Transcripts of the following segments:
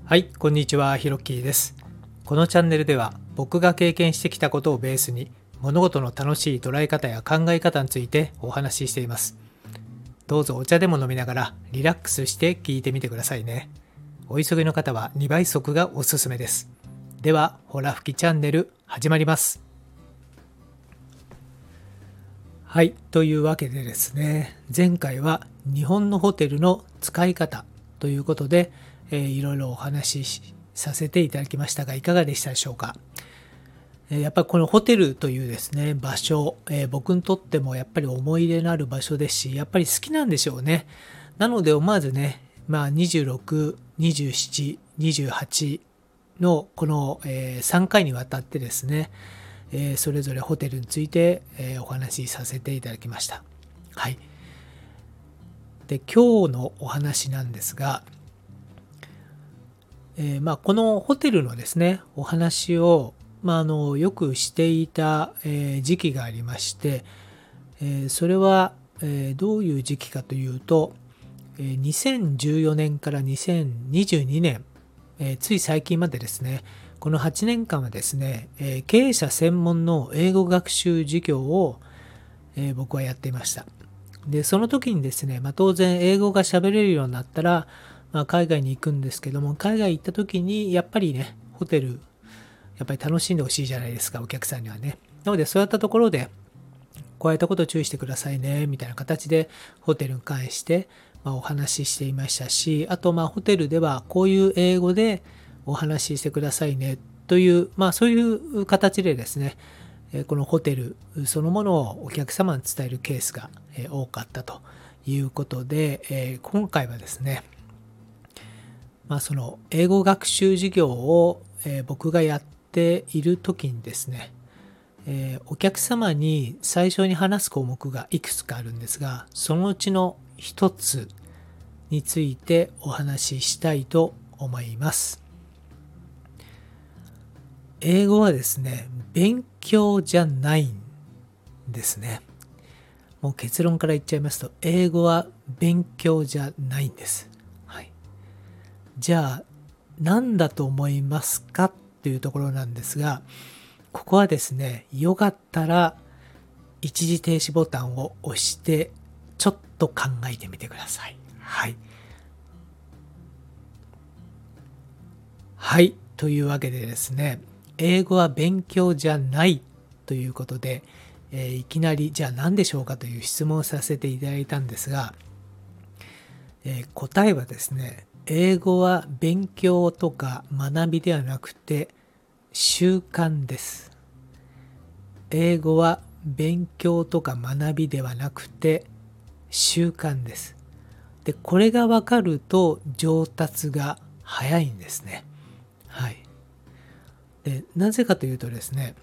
はい、こんにちは、ひろっきーです。このチャンネルでは僕が経験してきたことをベースに物事の楽しい捉え方や考え方についてお話ししています。どうぞお茶でも飲みながらリラックスして聞いてみてくださいね。お急ぎの方は2倍速がおすすめです。では、ほら吹きチャンネル始まります。はい、というわけでですね、前回は日本のホテルの使い方ということで、いろいろお話しさせていただきましたが、いかがでしたでしょうか。やっぱりこのホテルというですね、場所、僕にとってもやっぱり思い入れのある場所ですし、やっぱり好きなんでしょうね。なので思わずね、26、27、28のこの、3回にわたってですね、それぞれホテルについて、お話しさせていただきました。はい。で、今日のお話なんですが、このホテルのですね、お話を、よくしていた、時期がありまして、それは、どういう時期かというと、2014年から2022年、つい最近までですね、この8年間はですね、経営者専門の英語学習事業を、僕はやっていました。で、その時にですね、当然英語が喋れるようになったら、海外に行くんですけども、海外行った時にやっぱりね、ホテル、やっぱり楽しんでほしいじゃないですか、お客さんにはね。なので、そういったところで、こういったことを注意してくださいね、みたいな形でホテルに関して、お話ししていましたし、あと、ホテルではこういう英語でお話ししてくださいね、という、そういう形でですね、このホテルそのものをお客様に伝えるケースが多かったということで、今回はですね、その英語学習事業を僕がやっている時にですね、お客様に最初に話す項目がいくつかあるんですが、そのうちの一つについてお話ししたいと思います。英語はですね、勉強じゃないんですね。もう結論から言っちゃいますと、英語は勉強じゃないんです。はい。じゃあ、何だと思いますかっていうところなんですが、ここはですね、よかったら一時停止ボタンを押して、ちょっと考えてみてください。はい。はい。というわけでですね、英語は勉強じゃないということで、いきなりじゃあ何でしょうかという質問をさせていただいたんですが、答えはですね、英語は勉強とか学びではなくて習慣です。英語は勉強とか学びではなくて習慣です。で、これが分かると上達が早いんですね。はい。で、なぜかというとですね、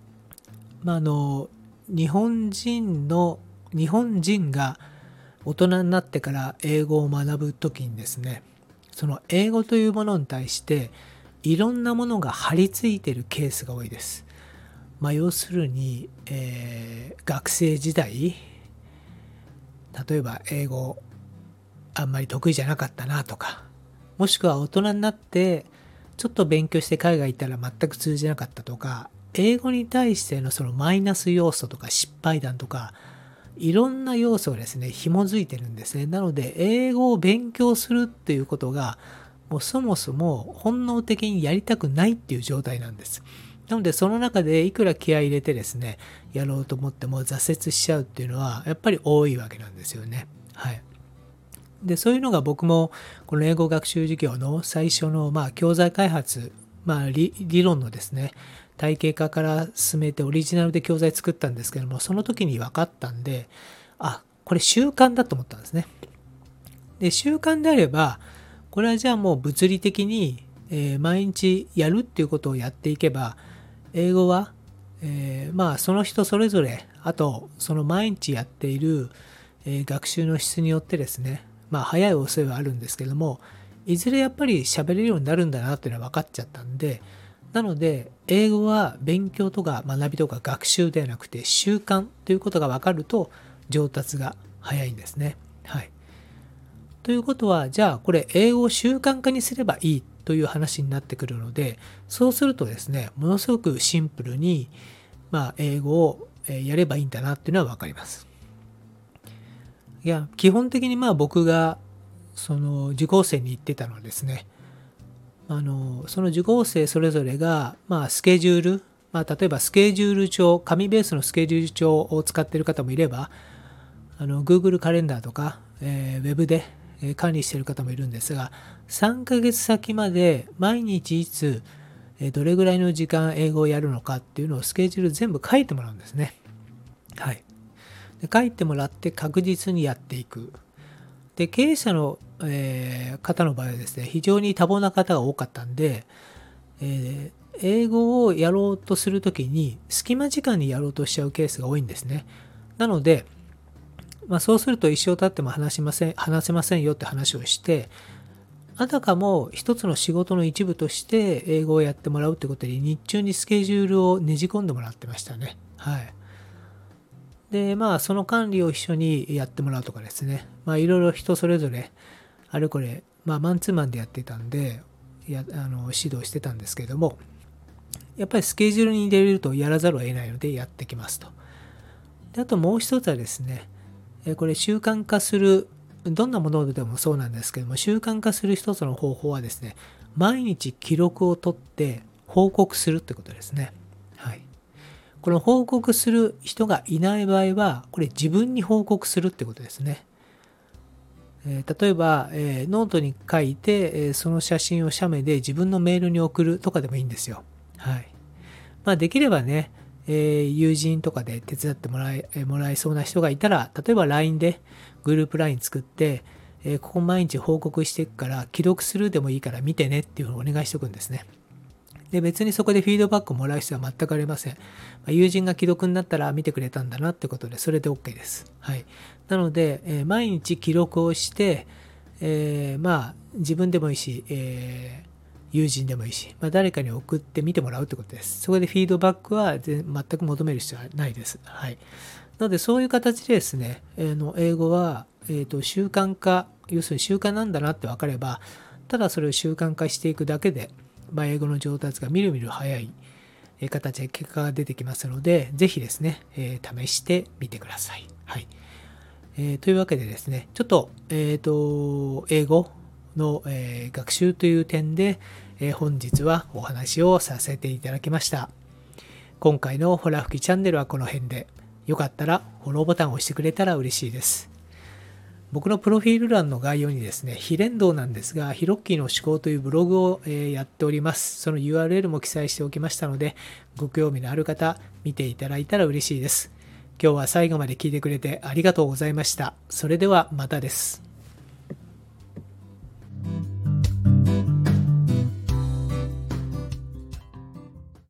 日本人が大人になってから英語を学ぶときにですね、その英語というものに対していろんなものが張り付いているケースが多いです。要するに、学生時代、例えば英語あんまり得意じゃなかったなとか、もしくは大人になってちょっと勉強して海外行ったら全く通じなかったとか、英語に対してのそのマイナス要素とか失敗談とか、いろんな要素がですね、紐づいてるんですね。なので、英語を勉強するっていうことが、もうそもそも本能的にやりたくないっていう状態なんです。なので、その中でいくら気合い入れてですね、やろうと思っても挫折しちゃうっていうのは、やっぱり多いわけなんですよね。はい。で、そういうのが僕も、この英語学習授業の最初の、教材開発、理論のですね、体系化から進めてオリジナルで教材作ったんですけども、その時に分かったんで、これ習慣だと思ったんですね。で、習慣であれば、これはじゃあもう物理的に、毎日やるっていうことをやっていけば、英語は、その人それぞれ、あと、その毎日やっている、学習の質によってですね、早い遅いはあるんですけども、いずれやっぱり喋れるようになるんだなっていうのは分かっちゃったんで、なので、英語は勉強とか学びとか学習ではなくて習慣ということが分かると上達が早いんですね。はい。ということは、じゃあこれ英語を習慣化にすればいいという話になってくるので、そうするとですね、ものすごくシンプルに、英語をやればいいんだなっていうのは分かります。いや、基本的に僕がその受講生に言ってたのはですね、その受講生それぞれが、スケジュール、例えばスケジュール帳、紙ベースのスケジュール帳を使っている方もいれば、Google カレンダーとか、ウェブで管理している方もいるんですが、3ヶ月先まで毎日いつ、どれぐらいの時間英語をやるのかっていうのをスケジュール全部書いてもらうんですね。はい。で書いてもらって確実にやっていく。で、経営者の、方の場合はですね、非常に多忙な方が多かったんで、英語をやろうとするときに隙間時間にやろうとしちゃうケースが多いんですね。なので、そうすると一生経っても話せませんよって話をして、あたかも一つの仕事の一部として英語をやってもらうってことで、日中にスケジュールをねじ込んでもらってましたね。はい。で、その管理を一緒にやってもらうとかですね。いろいろ人それぞれ、あれこれ、マンツーマンでやってたんで、指導してたんですけれども、やっぱりスケジュールに入れるとやらざるを得ないのでやってきますと。で、あともう一つはですね、これ習慣化する、どんなものでもそうなんですけども、習慣化する一つの方法はですね、毎日記録を取って報告するってことですね。はい。この報告する人がいない場合は、これ自分に報告するってことですね。例えば、ノートに書いて、その写真を写メで自分のメールに送るとかでもいいんですよ。はい。できればね、友人とかで手伝ってもらえそうな人がいたら、例えば LINE でグループ LINE 作って、ここ毎日報告していくから記録するでもいいから見てねっていうのをお願いしておくんですね。で、別にそこでフィードバックをもらう必要は全くありません。友人が既読になったら見てくれたんだなってことで、それで OK です。はい。なので、毎日記録をして、自分でもいいし、友人でもいいし、誰かに送って見てもらうってことです。そこでフィードバックは全く求める必要はないです。はい。なので、そういう形でですね、英語は、習慣化、要するに習慣なんだなって分かれば、ただそれを習慣化していくだけで、英語の上達がみるみる早い形で結果が出てきますので、ぜひですね、試してみてください。はい。というわけでですね、ちょっと、英語の、学習という点で、本日はお話をさせていただきました。今回のホラ吹きチャンネルはこの辺で、よかったらフォローボタンを押してくれたら嬉しいです。僕のプロフィール欄の概要にですね、非連動なんですが、ヒロッキーの思考というブログをやっております。その URL も記載しておきましたので、ご興味のある方、見ていただいたら嬉しいです。今日は最後まで聞いてくれてありがとうございました。それではまたです。